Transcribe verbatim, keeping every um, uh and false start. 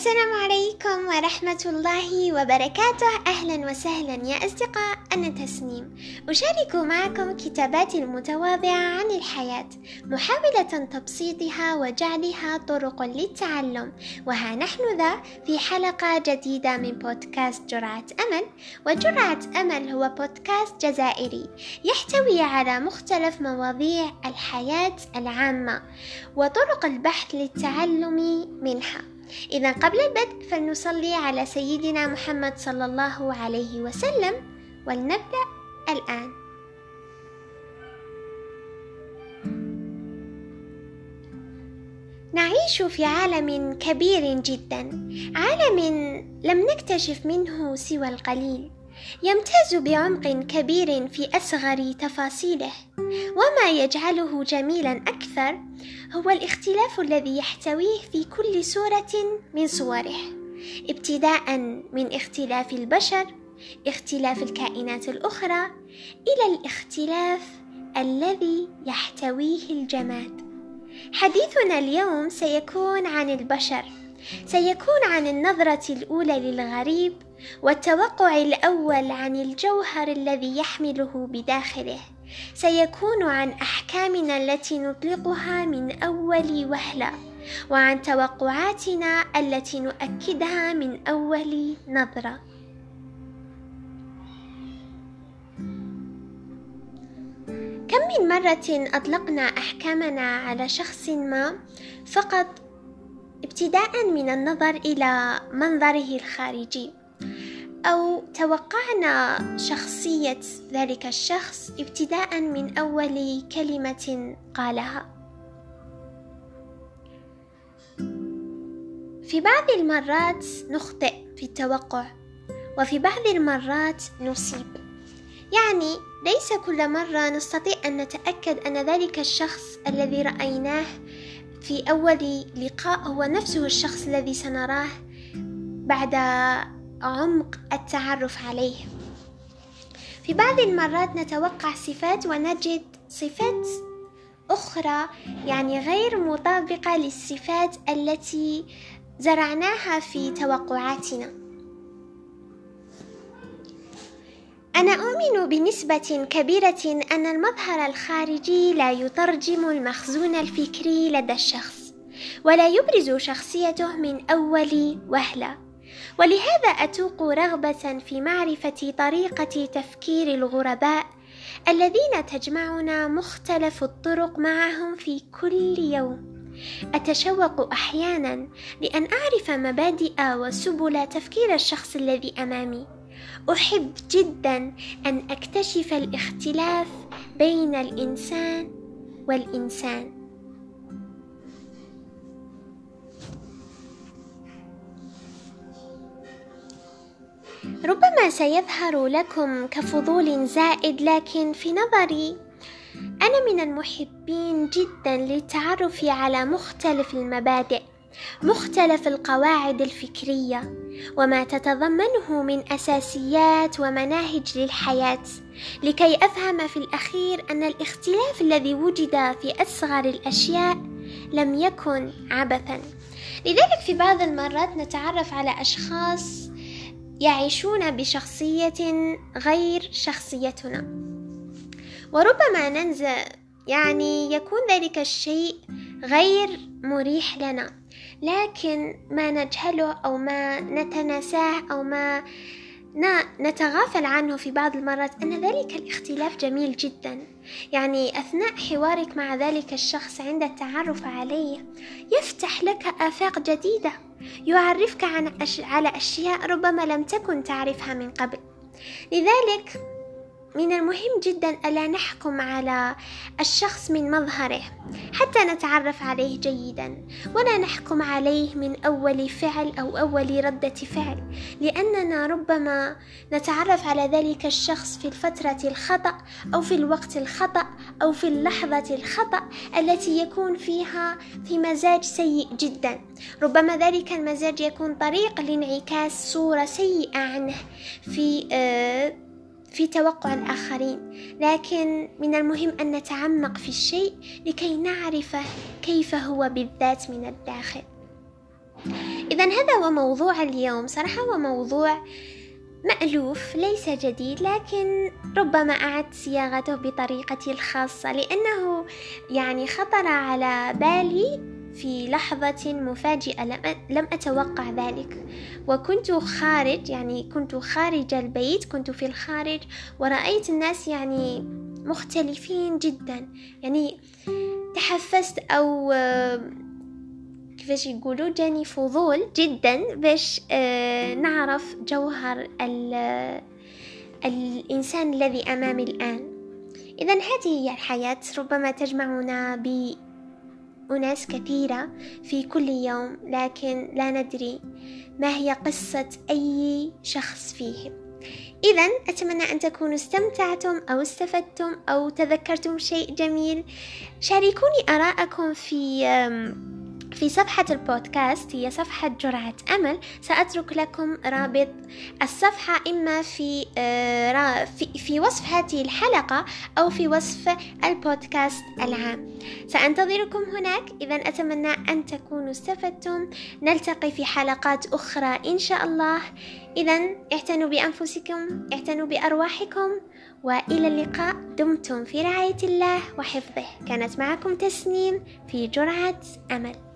السلام عليكم ورحمة الله وبركاته. أهلا وسهلا يا أصدقاء، أنا تسنيم أشارك معكم كتاباتي المتواضعة عن الحياة، محاولة تبسيطها وجعلها طرق للتعلم. وها نحن ذا في حلقة جديدة من بودكاست جرعة أمل. وجرعة أمل هو بودكاست جزائري يحتوي على مختلف مواضيع الحياة العامة وطرق البحث للتعلم منها. إذا قبل البدء فلنصلي على سيدنا محمد صلى الله عليه وسلم، ولنبدأ الآن. نعيش في عالم كبير جدا، عالم لم نكتشف منه سوى القليل، يمتاز بعمق كبير في أصغر تفاصيله. وما يجعله جميلا أكثر هو الاختلاف الذي يحتويه في كل صورة من صوره، ابتداء من اختلاف البشر، اختلاف الكائنات الأخرى، إلى الاختلاف الذي يحتويه الجماد. حديثنا اليوم سيكون عن البشر، سيكون عن النظرة الأولى للغريب والتوقع الأول عن الجوهر الذي يحمله بداخله. سيكون عن أحكامنا التي نطلقها من أول وهلة، وعن توقعاتنا التي نؤكدها من أول نظرة. كم من مرة أطلقنا أحكامنا على شخص ما فقط ابتداء من النظر إلى منظره الخارجي، أو توقعنا شخصية ذلك الشخص ابتداء من أول كلمة قالها. في بعض المرات نخطئ في التوقع، وفي بعض المرات نصيب. يعني ليس كل مرة نستطيع أن نتأكد أن ذلك الشخص الذي رأيناه في أول لقاء هو نفسه الشخص الذي سنراه بعد عمق التعرف عليه. في بعض المرات نتوقع صفات ونجد صفات أخرى يعني غير مطابقة للصفات التي زرعناها في توقعاتنا. أنا أؤمن بنسبة كبيرة أن المظهر الخارجي لا يترجم المخزون الفكري لدى الشخص، ولا يبرز شخصيته من أول وهلة. ولهذا أتوق رغبة في معرفة طريقة تفكير الغرباء الذين تجمعنا مختلف الطرق معهم في كل يوم. أتشوق أحيانا لأن أعرف مبادئ وسبل تفكير الشخص الذي أمامي. أحب جدا أن أكتشف الاختلاف بين الإنسان والإنسان. ربما سيظهر لكم كفضول زائد، لكن في نظري أنا من المحبين جدا للتعرف على مختلف المبادئ، مختلف القواعد الفكرية، وما تتضمنه من أساسيات ومناهج للحياة، لكي أفهم في الأخير أن الاختلاف الذي وجد في أصغر الأشياء لم يكن عبثا. لذلك في بعض المرات نتعرف على أشخاص يعيشون بشخصية غير شخصيتنا، وربما ننزع يعني يكون ذلك الشيء غير مريح لنا، لكن ما نجهله أو ما نتناساه أو ما نتغافل عنه في بعض المرات أن ذلك الاختلاف جميل جدا. يعني أثناء حوارك مع ذلك الشخص عند التعرف عليه يفتح لك آفاق جديدة، يعرفك عن أش... على أشياء ربما لم تكن تعرفها من قبل. لذلك من المهم جدا ألا نحكم على الشخص من مظهره حتى نتعرف عليه جيدا، ولا نحكم عليه من أول فعل أو أول ردة فعل، لأننا ربما نتعرف على ذلك الشخص في الفترة الخطأ أو في الوقت الخطأ أو في اللحظة الخطأ التي يكون فيها في مزاج سيء جدا. ربما ذلك المزاج يكون طريق لانعكاس صورة سيئة عنه في آه في توقع الآخرين. لكن من المهم أن نتعمق في الشيء لكي نعرف كيف هو بالذات من الداخل. إذا هذا هو موضوع اليوم. صراحة هو موضوع مألوف ليس جديد، لكن ربما أعدت صياغته بطريقتي الخاصة، لأنه يعني خطر على بالي في لحظة مفاجئة لم أتوقع ذلك، وكنت خارج يعني كنت خارج البيت، كنت في الخارج ورأيت الناس يعني مختلفين جدا. يعني تحفزت أو كيفاش يقولوا جاني فضول جدا باش نعرف جوهر الإنسان الذي أمامي الآن. إذن هذه هي الحياة، ربما تجمعنا بأناس كثيرة في كل يوم، لكن لا ندري ما هي قصة أي شخص فيهم. إذن أتمنى أن تكونوا استمتعتم أو استفدتم أو تذكرتم شيء جميل. شاركوني آراءكم في في صفحة البودكاست، هي صفحة جرعة أمل. سأترك لكم رابط الصفحة إما في في في وصف هذه الحلقة أو في وصف البودكاست العام. سأنتظركم هناك. إذا أتمنى أن تكونوا استفدتم. نلتقي في حلقات أخرى إن شاء الله. إذا اعتنوا بأنفسكم، اعتنوا بأرواحكم، وإلى اللقاء. دمتم في رعاية الله وحفظه. كانت معكم تسنيم في جرعة أمل.